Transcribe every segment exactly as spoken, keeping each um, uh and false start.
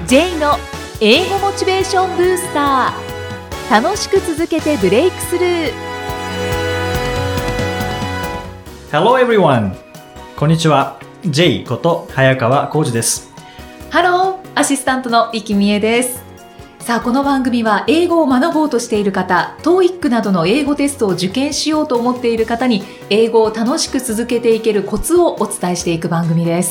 J の英語モチベーションブースター。楽しく続けてブレイクスルー。 Hello everyone! こんにちは。 J こと早川浩二です。 ハロー、アシスタントの生きみえです。さあ、この番組は英語を学ぼうとしている方、トーイック などの英語テストを受験しようと思っている方に英語を楽しく続けていけるコツをお伝えしていく番組です。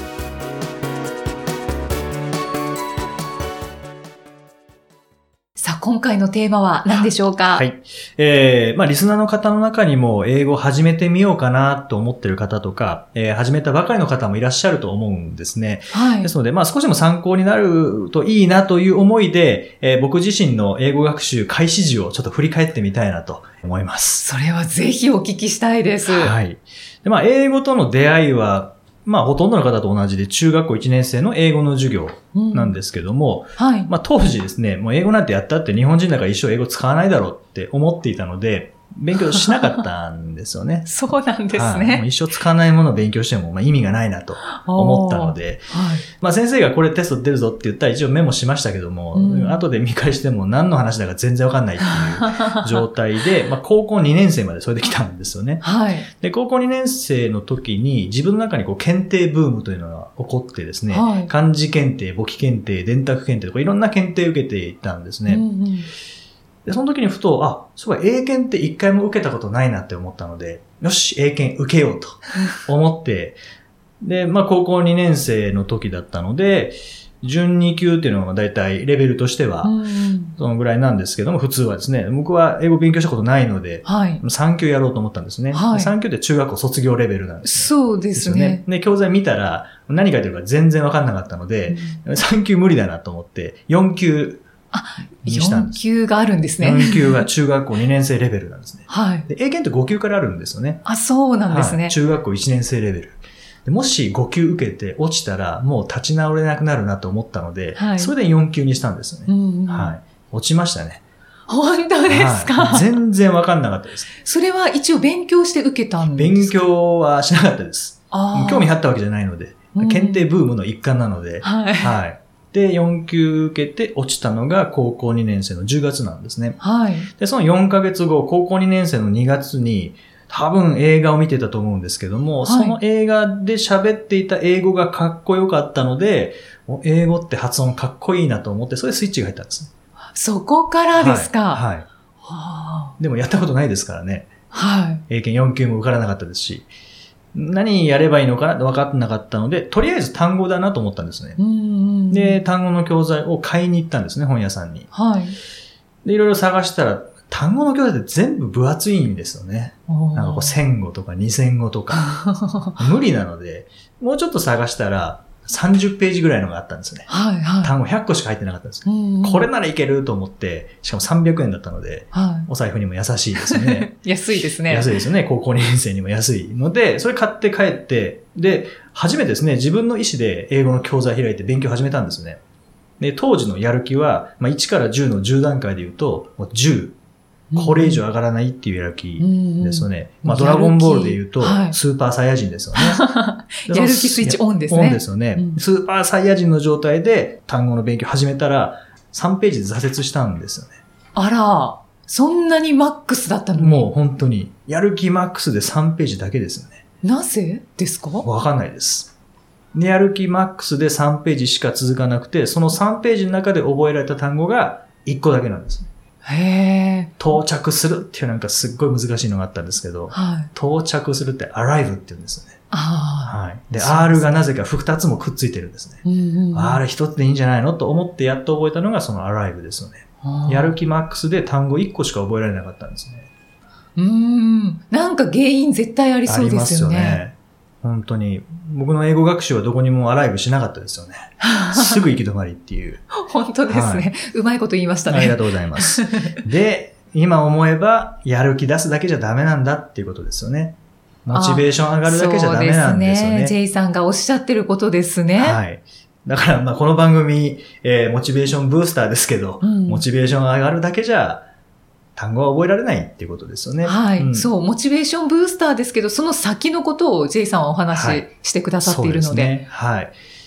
さあ、今回のテーマは何でしょうか？ はい。えー、まあ、リスナーの方の中にも英語を始めてみようかなと思っている方とか、えー、始めたばかりの方もいらっしゃると思うんですね。 はい。 ですので、まあ、少しでも参考になるといいなという思いで、えー、僕自身の英語学習開始時をちょっと振り返ってみたいなと思います。 それはぜひお聞きしたいです。 はい。で、まあ、英語との出会いは、まあ、ほとんどの方と同じで、中学校いちねん生の英語の授業なんですけども、 うん、はい。 まあ、当時ですね、もう英語なんてやったって日本人だから一生英語使わないだろうって思っていたので、勉強しなかったんですよね。 そうなんですね。 はい、もう一生使わないものを勉強してもまあ意味がないなと思ったので、 はい、 まあ先生がこれテスト出るぞって言ったら一応メモしましたけども、うん、後で見返しても何の話だか全然わかんないっていう状態で、まあ高校にねん生までそれで来たんですよね。 はい。 で、高校にねん生の時に自分の中にこう検定ブームというのが起こってですね、はい、漢字検定、簿記検定、電卓検定とかいろんな検定を受けていたんですね。うんうん、で、その時にふと、あ、そういえば英検って一回も受けたことないなって思ったので、よし、英検受けようと思って、で、まあ高校にねん生の時だったので、準に級っていうのがだいたいレベルとしては、そのぐらいなんですけども、普通はですね、僕は英語勉強したことないので、はい、さん級やろうと思ったんですね。はい、さん級って中学校卒業レベルなんです、 ね。そうですね。 で、教材見たら何書いてるか全然わかんなかったので、うん、さん級無理だなと思って、よん級、 あ、よん級があるんですね。 よん級が中学校にねん生レベルなんですね。 はい。 で、英検ってご級からあるんですよね。 あ、そうなんですね。 はい、中学校いちねん生レベル。でもしご級受けて落ちたらもう立ち直れなくなるなと思ったので、はい、それでよん級にしたんですよね。うんうん、はい。落ちましたね。 本当ですか？ はい、全然わかんなかったです。 それは一応勉強して受けたんですか？ 勉強はしなかったです。あ、興味あったわけじゃないので、うん、検定ブームの一環なので、はい。はい。で、よん級受けて落ちたのが高校にねん生のじゅうがつなんですね。はい。で、そのよんかげつご、高校にねん生のにがつに、多分映画を見てたと思うんですけども、はい、その映画で喋っていた英語がかっこよかったので、英語って発音かっこいいなと思って、それでスイッチが入ったんです。 そこからですか？ はい。はい、はあ、でもやったことないですからね。 はい。 英検よん級も受からなかったですし、何やればいいのかなって分かってなかったので、とりあえず単語だなと思ったんですね。うんうんうん、で、単語の教材を買いに行ったんですね、本屋さんに。はい。で、いろいろ探したら、単語の教材って全部分厚いんですよね。なんかこうせん語とかにせん語とか。無理なので、もうちょっと探したらさんじゅっページぐらいのがあったんですね。はいはい、単語ひゃっこしか入ってなかったんです、うんうん。これならいけると思って、しかもさんびゃくえんだったので、はい、お財布にも優しいですよね。 安いですね。 安いですよね。高校にねん生にも安いので、それ買って帰って、で、初めてですね、自分の意思で英語の教材開いて勉強始めたんですね。で、当時のやる気は、まあ、いちからじゅうのじゅう段階で言うと、もうじゅう。これ以上上がらないっていうやる気ですよね。うんうん、まあ、ドラゴンボールで言うと、スーパーサイヤ人ですよね。 やる気スイッチオンですね。 オンですよね、うん。スーパーサイヤ人の状態で単語の勉強始めたら、さんページで挫折したんですよね。 あら、そんなにマックスだったのに。 もう本当に、やる気マックスでさんページだけですよね。 なぜですか？ わかんないです。で、やる気マックスでさんページしか続かなくて、そのさんページの中で覚えられた単語がいっこだけなんです。 へー。 到着するっていうなんかすっごい難しいのがあったんですけど、はい、到着するって arrive って言うんですよね。あはい。で、R がなぜかふたつもくっついてるんですね。うんうんうん、あれひとつでいいんじゃないのと思ってやっと覚えたのがその arrive ですよね。やる気マックスで単語いっこしか覚えられなかったんですね。 うーん。なんか原因絶対ありそうですよね。ありますよね。 本当に。僕の英語学習はどこにもアライブしなかったですよね。すぐ行き止まりっていう。 本当ですね、はい。うまいこと言いましたね。 ありがとうございます。で、今思えば、やる気出すだけじゃダメなんだっていうことですよね。モチベーション上がるだけじゃダメなんですよね。そうですね。 ジェイさんがおっしゃってることですね。 はい。だから、まあ、この番組、えー、モチベーションブースターですけど、うん、モチベーション上がるだけじゃ、単語は覚えられないっていうことですよね。 はい、 うん。 そう、モチベーションブースターですけど、その先のことを J さんはお話ししてくださっているので。 はい、そうですね。はい。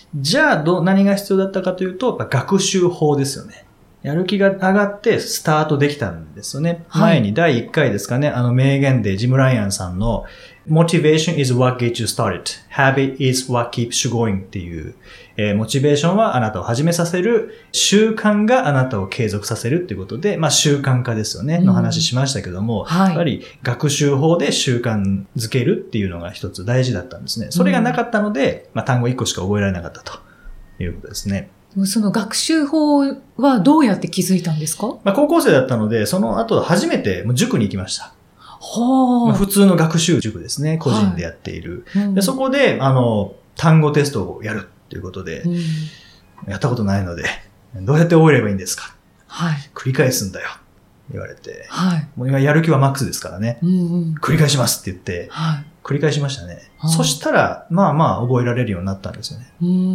じゃあど、何が必要だったかというと、やっぱ学習法ですよね。やる気が上がってスタートできたんですよね。はい、前にだいいっかいですかね、あの名言でジム・ライアンさんの Motivation is what gets you started. Habit is what keeps you going っていう、えー、モチベーションはあなたを始めさせる、習慣があなたを継続させるっていうことで、まあ習慣化ですよね、うん、の話しましたけども、はい、やっぱり学習法で習慣づけるっていうのが一つ大事だったんですね。それがなかったので、うん、まあ単語いっこしか覚えられなかったということですね。 その学習法はどうやって気づいたんですか？ まあ、高校生だったので、その後初めて塾に行きました。 はあ、 まあ、普通の学習塾ですね。個人でやっている。はい、うん、でそこで、あの、単語テストをやるっていうことで、うん、やったことないので、どうやって覚えればいいんですか？はい。繰り返すんだよ。言われて。はい。もう今やる気はマックスですからね。うんうん、繰り返しますって言って、はい。繰り返しましたね。はあ、そしたら、まあまあ覚えられるようになったんですよね。 うんうんうん、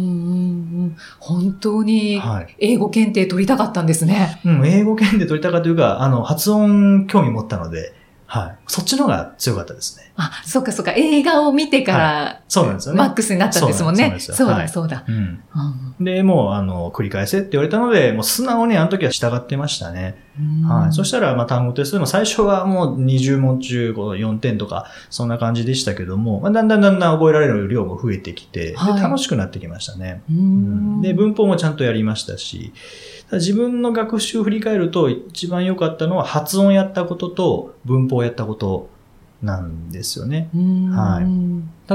本当に英語検定取りたかったんですね。 はい、うん、英語検定取りたかったというか、あの、発音興味持ったので、はい。そっちの方が強かったですね。 あ、そっかそっか。映画を見てから、はい、 そうなんですよね。 マックスになったんですもんね。そうだ、そうだ。 うん。で、もう、あの、繰り返せって言われたので、もう素直にあの時は従ってましたね。はい。そしたら、まあ、単語テストでも最初はもうにじゅう問中よんてんとか、そんな感じでしたけども、まあ、だんだんだんだん覚えられる量も増えてきて、はい、で楽しくなってきましたね。うん、で、文法もちゃんとやりましたし、自分の学習を振り返ると一番良かったのは発音やったことと文法やったことなんですよね。はい。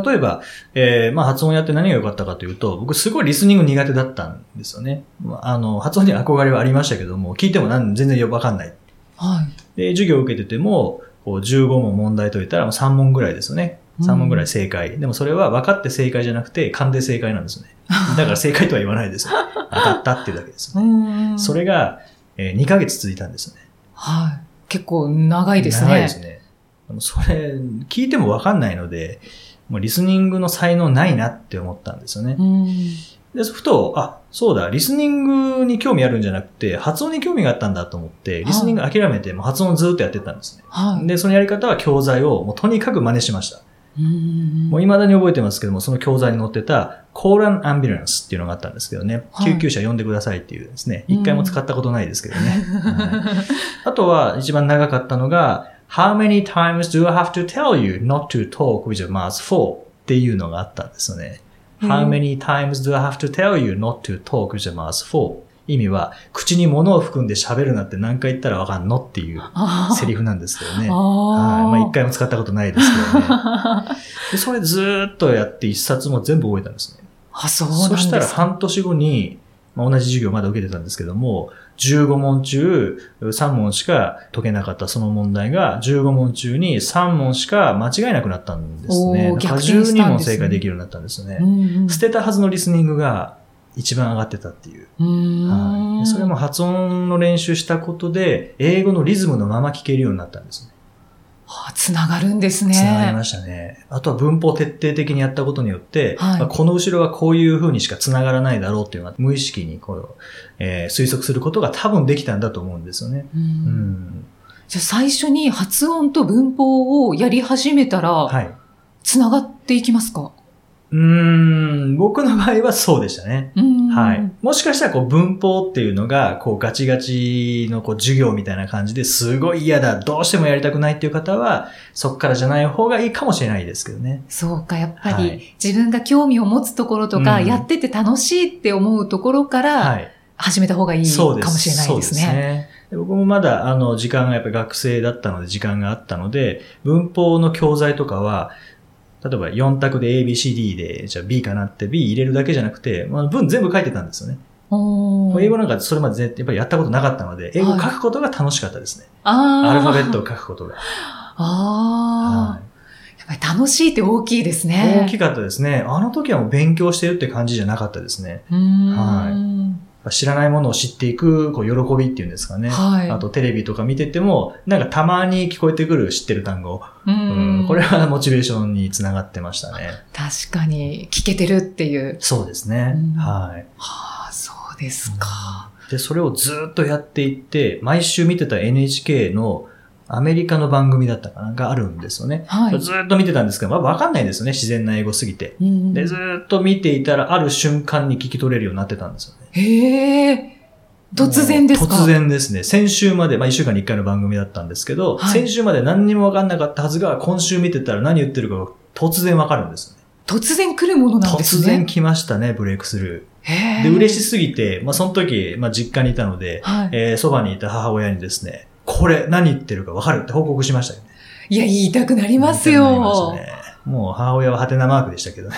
例えば、えー、まあ発音やって何が良かったかというと、僕すごいリスニング苦手だったんですよね。あの、発音に憧れはありましたけども、聞いても何全然よくわかんない。はい。で、授業を受けてても、こうじゅうご問問題解いたらさん問ぐらいですよね。さん問ぐらい正解。うん、でもそれは分かって正解じゃなくて、勘で正解なんですね。だから正解とは言わないですよ。当たったっていうだけですよね。それが、えー、にかげつ続いたんですね。 はい。結構長いですね。 長いですね。それ、聞いても分かんないので、もうリスニングの才能ないなって思ったんですよね。で、ふと、あ、そうだ、リスニングに興味あるんじゃなくて、発音に興味があったんだと思って、リスニング諦めて、もう発音をずっとやってたんですね。はい、で、そのやり方は教材をもうとにかく真似しました。もう未だに覚えてますけども、その教材に載ってた、コーランアンビランスっていうのがあったんですけどね。はい、救急車呼んでくださいっていうですね。一回も使ったことないですけどね。はい、あとは、一番長かったのが、How many times do I have to tell you not to talk with your mouth full? っていうのがあったんですよね。How many times do I have to tell you not to talk with your mouth full? 意味は、口に物を含んで喋るなって何回言ったらわかんのっていうセリフなんですけどね。はい。まあ一回も使ったことないですけどね。でそれずーっとやって一冊も全部覚えたんですね。 あ、そうなんですか。 そしたら半年後に、まあ、同じ授業まだ受けてたんですけども、じゅうご問中さん問しか解けなかったその問題がじゅうご問中にさん問しか間違えなくなったんですね。だからじゅうに問正解できるようになったんですね。うんうん、捨てたはずのリスニングが一番上がってたっていう。はい、それも発音の練習したことで、英語のリズムのまま聞けるようになったんですね。 はあ、つながるんですね。 つながりましたね。あとは文法を徹底的にやったことによって、はい、まあ、この後ろはこういう風にしかつながらないだろうっていうのは無意識にこう、えー、推測することが多分できたんだと思うんですよね。うんうん、 じゃあ最初に発音と文法をやり始めたら、はい、つながっていきますか？ うーん、僕の場合はそうでしたね。はい。もしかしたらこう文法っていうのがこうガチガチのこう授業みたいな感じですごい嫌だ、どうしてもやりたくないっていう方はそっからじゃない方がいいかもしれないですけどね。 そうか、やっぱり、はい、自分が興味を持つところとか、うん、やってて楽しいって思うところから始めた方がいいかもしれないですね。そうですね。 僕もまだあの時間がやっぱり学生だったので時間があったので、文法の教材とかは例えばよん択で A、B、C、D で、じゃあ B かなって B 入れるだけじゃなくて、まあ、文全部書いてたんですよね。英語なんかそれまでやっぱりやったことなかったので、英語を書くことが楽しかったですね。はい、アルファベットを書くことが。 ああ、はい、やっぱり楽しいって大きいですね。 大きかったですね。あの時はもう勉強してるって感じじゃなかったですね。はい。知らないものを知っていく、こう、喜びっていうんですかね。はい。あと、テレビとか見てても、なんかたまに聞こえてくる知ってる単語。うん。これはモチベーションにつながってましたね。 確かに、聞けてるっていう。 そうですね。はい。 はあ、そうですか。 で、それをずっとやっていって、毎週見てた エヌエイチケー のアメリカの番組だったかながあるんですよね。はい、ずっと見てたんですけど、まあ、わかんないんですよね。自然な英語すぎて。うん、で、ずっと見ていたら、ある瞬間に聞き取れるようになってたんですよね。 へー。突然ですか？ 突然ですね。先週まで、まあ一週間に一回の番組だったんですけど、はい、先週まで何にもわかんなかったはずが、今週見てたら何言ってるかが突然わかるんですね。 突然来るものなんですね。 突然来ましたね、ブレイクスルー。で、嬉しすぎて、まあその時、まあ実家にいたので、はい、えー、そばにいた母親にですね、これ何言ってるかわかるって報告しましたよね。 いや、言いたくなりますよ。 言いたくなりましたね。もう母親はハテナマークでしたけどね。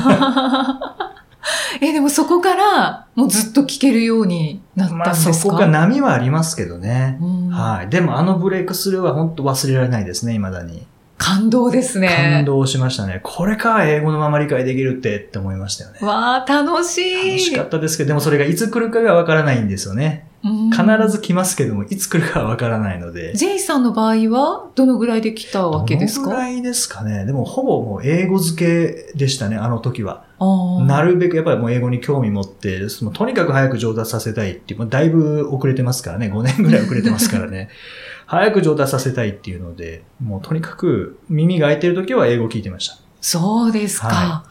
え、でもそこからもうずっと聞けるようになったんですか？ まあそこが波はありますけどね。はい。でもあのブレイクスルーは本当忘れられないですね、未だに。 感動ですね。 感動しましたね。これか、英語のまま理解できるってって思いましたよね。 わー、楽しい。 楽しかったですけど、でもそれがいつ来るかがわからないんですよね。必ず来ますけども、いつ来るかはわからないので。 ジェイさんの場合は、どのぐらいで来たわけですか？ どのぐらいですかね。でも、ほぼもう英語付けでしたね、あの時は。なるべく、やっぱりもう英語に興味持って、もうとにかく早く上達させたいっていう、もうだいぶ遅れてますからね、ごねんぐらい遅れてますからね。早く上達させたいっていうので、もうとにかく耳が開いてる時は英語聞いてました。 そうですか。はい、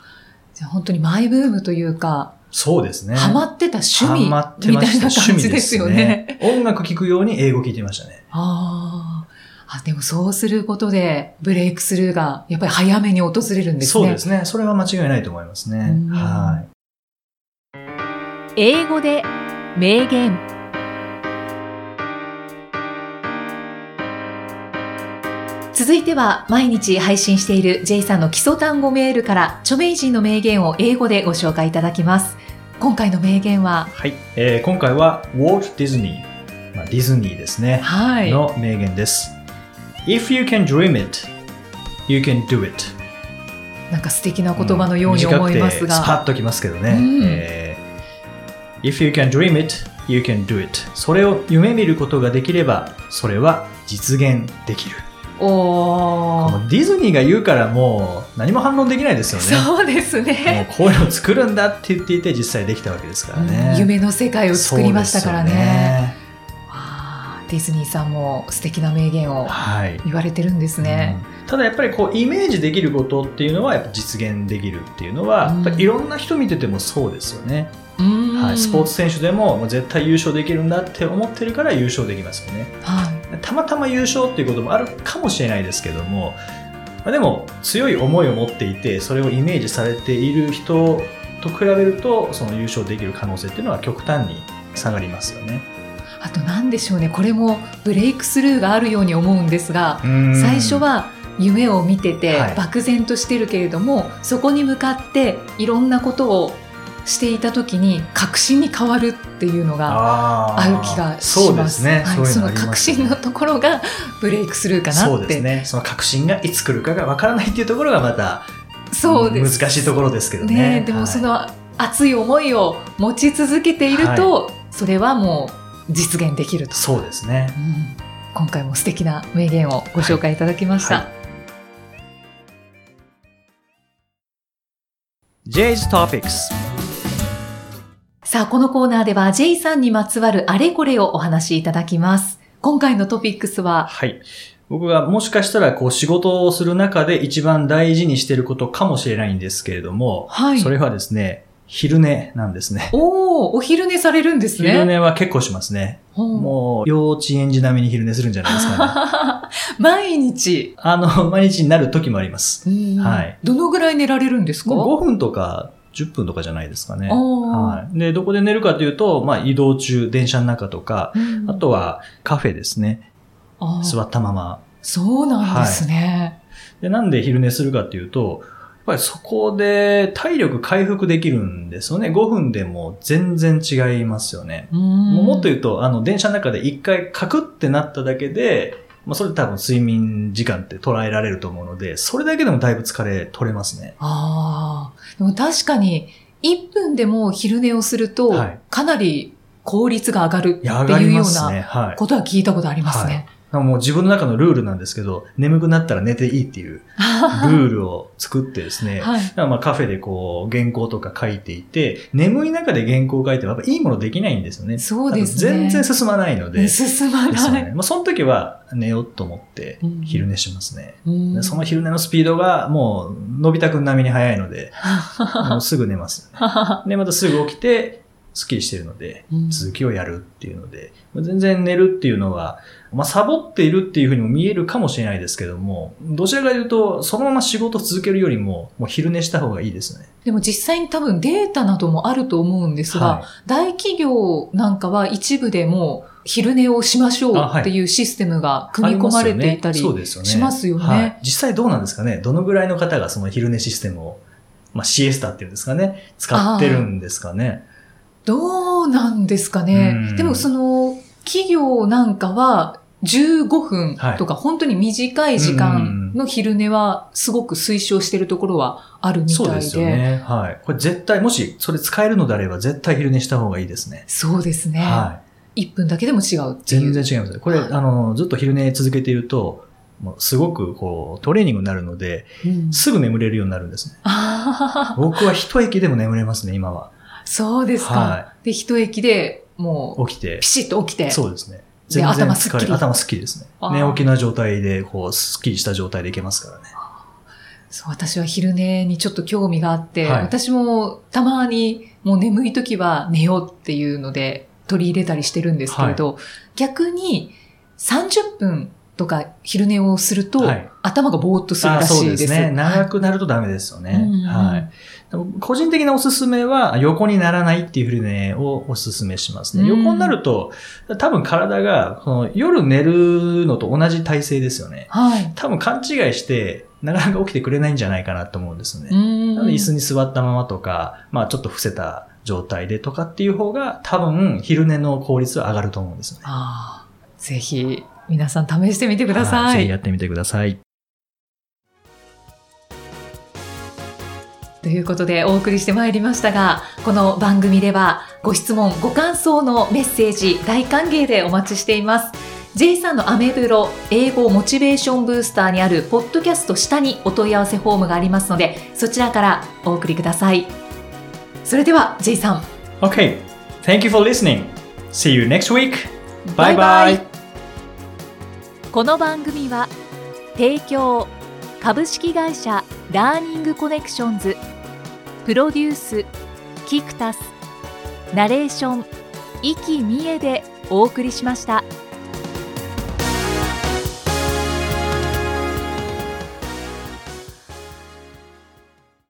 じゃあ本当にマイブームというか、 そうですね。 ハマってた趣味みたいな感じですよね。 音楽聴くように英語聞いてましたね。 ああ。でもそうすることでブレイクスルーがやっぱり早めに訪れるんですね。 そうですね。それは間違いないと思いますね。はい。 英語で名言。続いては毎日配信している J さんの基礎単語メールから著名人の名言を英語でご紹介いただきます。今回の名言は、 はい、えー、今回はウォルト・ディズニー、まあ、ディズニーですね、はい、の名言です。If you can dream it, you can do it。 なんか素敵な言葉のように思いますが、うん、短くてスパッときますけどね、うんえー、If you can dream it, you can do it。 それを夢見ることができればそれは実現できる。 おこのディズニーが言うからもう何も反論できないですよね。 そうですね。 もうこういうのを作るんだって言っていて実際できたわけですからね、 うん、夢の世界を作りましたから ね, ねディズニーさんも素敵な名言を言われてるんですね、はいうん、ただやっぱりこうイメージできることっていうのはやっぱ実現できるっていうのは、うん、やっぱいろんな人見ててもそうですよね、うんはい、スポーツ選手でももう絶対優勝できるんだって思ってるから優勝できますよね、はい、たまたま優勝っていうこともあるかもしれないですけども、まあ、でも強い思いを持っていてそれをイメージされている人と比べるとその優勝できる可能性っていうのは極端に下がりますよね。 あと何でしょうね、これもブレイクスルーがあるように思うんですが、最初は夢を見てて漠然としてるけれども、はい、そこに向かっていろんなことをしていた時に確信に変わるっていうのがある気がします。 そうですね、はい、 その確信のところがブレイクスルーかなって。 そうですね、その確信がいつ来るかがわからないっていうところがまたそうです、難しいところですけど ね, ねでもその熱い思いを持ち続けていると、はい、それはもう実現できると。 そうですね、うん、 今回も素敵な名言をご紹介いただきました、はいはい、 J's Topics。 さあこのコーナーでは J さんにまつわるあれこれをお話しいただきます。今回のトピックスは、 はい、僕がもしかしたらこう仕事をする中で一番大事にしていることかもしれないんですけれども、はい、それはですね昼寝なんですね。 おー、お昼寝されるんですね。 昼寝は結構しますね。もう幼稚園児並みに昼寝するんじゃないですかね。 毎日あの、毎日になる時もあります。はい。 どのぐらい寝られるんですか？ ごふんとかじゅっぷんとかじゃないですかね。はい。で、どこで寝るかというと、まあ移動中、電車の中とか、あとはカフェですね。座ったまま。 そうなんですね。 はい、で、なんで昼寝するかというと、やっぱりそこで体力回復できるんですよね。ごふんでも全然違いますよね。も, もっと言うと、あの、電車の中で一回カクってなっただけで、まあ、それ多分睡眠時間って捉えられると思うので、それだけでもだいぶ疲れ取れますね。 ああ、でも確かにいっぷんでも昼寝をすると、はい、かなり効率が上がるっていうようなことは聞いたことありますね。はいはい、 もう自分の中のルールなんですけど、眠くなったら寝ていいっていうルールを作ってですね、はい、だからまあカフェでこう原稿とか書いていて、眠い中で原稿を書いてもやっぱいいものできないんですよね。 そうですね。 全然進まないので。 進まない。 ね、まあ、その時は寝ようと思って昼寝しますね。うん、その昼寝のスピードがもうのび太くん並みに速いので、もうすぐ寝ますよね。で、またすぐ起きて、スッキリしているので、続きをやるっていうので、うん、全然寝るっていうのは、まあ、サボっているっていうふうにも見えるかもしれないですけども、どちらかというと、そのまま仕事を続けるよりも、もう昼寝した方がいいですね。 でも実際に多分データなどもあると思うんですが、はい、大企業なんかは一部でも昼寝をしましょうっていうシステムが組み込まれていたりしますよね。はい、 実際どうなんですかね。どのぐらいの方がその昼寝システムを、まあ、シエスタっていうんですかね、使ってるんですかね。 どうなんですかね。でもその企業なんかはじゅうごふんとか本当に短い時間の昼寝はすごく推奨しているところはあるみたいで。 そうですよね。はい。これ絶対、もしそれ使えるのであれば絶対昼寝した方がいいですね。 そうですね。はい。いっぷんだけでも違うっていう。 全然違います。これ、はい、あの、ずっと昼寝続けていると、もうすごくこうトレーニングになるので、うん、すぐ眠れるようになるんですね。僕は一息でも眠れますね、今は。 そうですか。はい、で、一息でもう、起きて、ピシッと起きて。 そうですね。全然頭すっきり。頭すっきりですね。寝起きな状態で、こう、すっきりした状態でいけますからね。 そう、私は昼寝にちょっと興味があって、はい、私もたまにもう眠い時は寝ようっていうので取り入れたりしてるんですけれど、はい、逆にさんじゅっぷんとか昼寝をすると、はい、頭がぼーっとするらしいです。 そうですね。長くなるとダメですよね。はい。個人的なおすすめは横にならないっていう昼寝をおすすめしますね。横になると多分体がその夜寝るのと同じ体勢ですよね。はい。多分勘違いしてなかなか起きてくれないんじゃないかなと思うんですね。なので椅子に座ったままとか、まあちょっと伏せた状態でとかっていう方が多分昼寝の効率は上がると思うんですね。 ああ、ぜひ皆さん試してみてください。 ぜひやってみてください。 ということでお送りしてまいりましたが、この番組ではご質問ご感想のメッセージ大歓迎でお待ちしています。 J さんのアメブロ英語モチベーションブースターにあるポッドキャスト下にお問い合わせフォームがありますので、そちらからお送りください。それでは J さん、 OK, thank you for listening. See you next week. Bye bye. この番組は提供株式会社ラーニングコネクションズ、プロデュースキクタス、ナレーション生きみえでお送りしました。